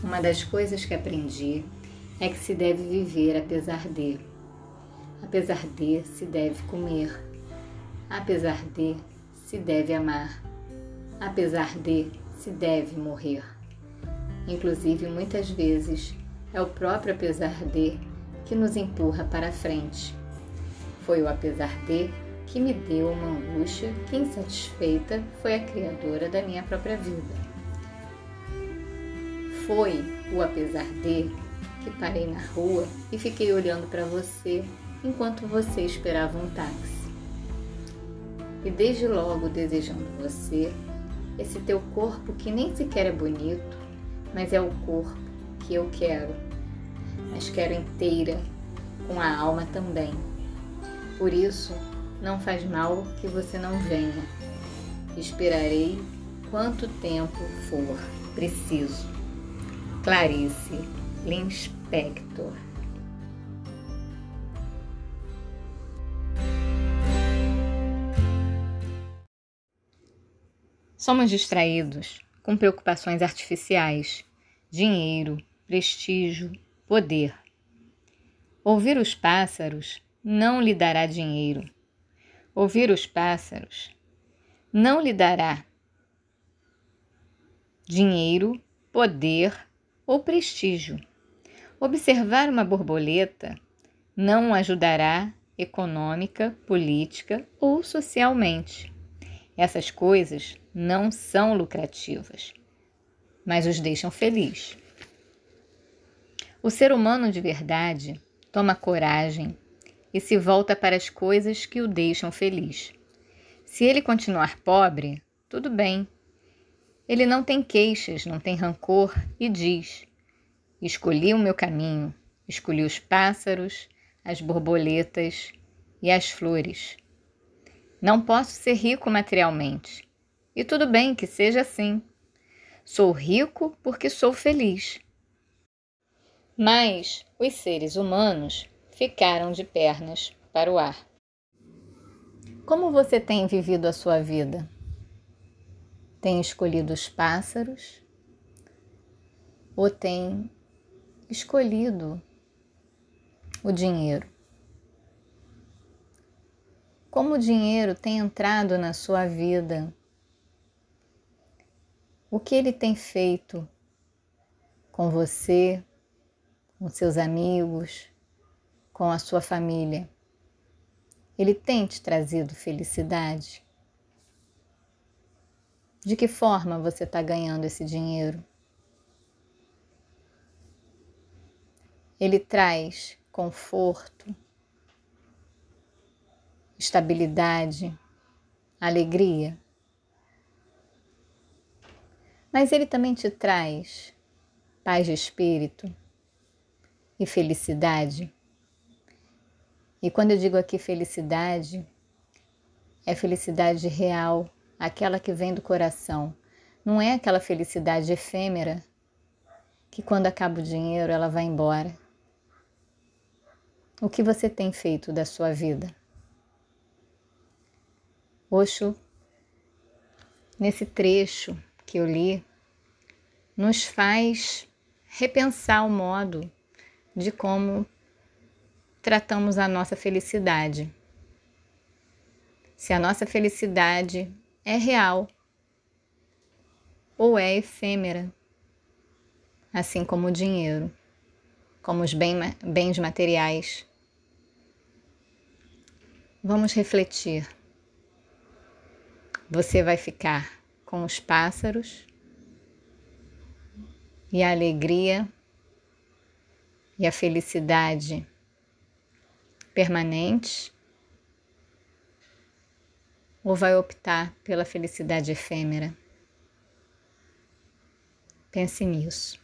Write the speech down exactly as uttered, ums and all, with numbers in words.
Uma das coisas que aprendi é que se deve viver apesar de. Apesar de, se deve comer. Apesar de, se deve amar. Apesar de, se deve morrer. Inclusive, muitas vezes, é o próprio apesar de que nos empurra para a frente. Foi o apesar de que me deu uma angústia que, insatisfeita, foi a criadora da minha própria vida. Foi o apesar de que parei na rua e fiquei olhando para você enquanto você esperava um táxi. E desde logo desejando você, esse teu corpo que nem sequer é bonito, mas é o corpo que eu quero, mas quero inteira, com a alma também. Por isso, não faz mal que você não venha. Esperarei quanto tempo for preciso. Clarice Lispector. Somos distraídos com preocupações artificiais, dinheiro, prestígio, poder. Ouvir os pássaros não lhe dará dinheiro. Ouvir os pássaros não lhe dará dinheiro, poder ou prestígio. Observar uma borboleta não o ajudará econômica, política ou socialmente. Essas coisas não são lucrativas, mas os deixam feliz. O ser humano de verdade toma coragem e se volta para as coisas que o deixam feliz. Se ele continuar pobre, tudo bem. Ele não tem queixas, não tem rancor e diz: escolhi o meu caminho, escolhi os pássaros, as borboletas e as flores. Não posso ser rico materialmente, e tudo bem que seja assim. Sou rico porque sou feliz. Mas os seres humanos ficaram de pernas para o ar. Como você tem vivido a sua vida? Tem escolhido os pássaros ou tem escolhido o dinheiro? Como o dinheiro tem entrado na sua vida? O que ele tem feito com você, com seus amigos, com a sua família? Ele tem te trazido felicidade? De que forma você está ganhando esse dinheiro? Ele traz conforto, estabilidade, alegria. Mas ele também te traz paz de espírito e felicidade. E quando eu digo aqui felicidade, é felicidade real, aquela que vem do coração. Não é aquela felicidade efêmera que quando acaba o dinheiro ela vai embora. O que você tem feito da sua vida? Osho, nesse trecho que eu li, nos faz repensar o modo de como tratamos a nossa felicidade. Se a nossa felicidade é real ou é efêmera, assim como o dinheiro, como os bens materiais. Vamos refletir. Você vai ficar com os pássaros e a alegria e a felicidade permanente, ou vai optar pela felicidade efêmera? Pense nisso.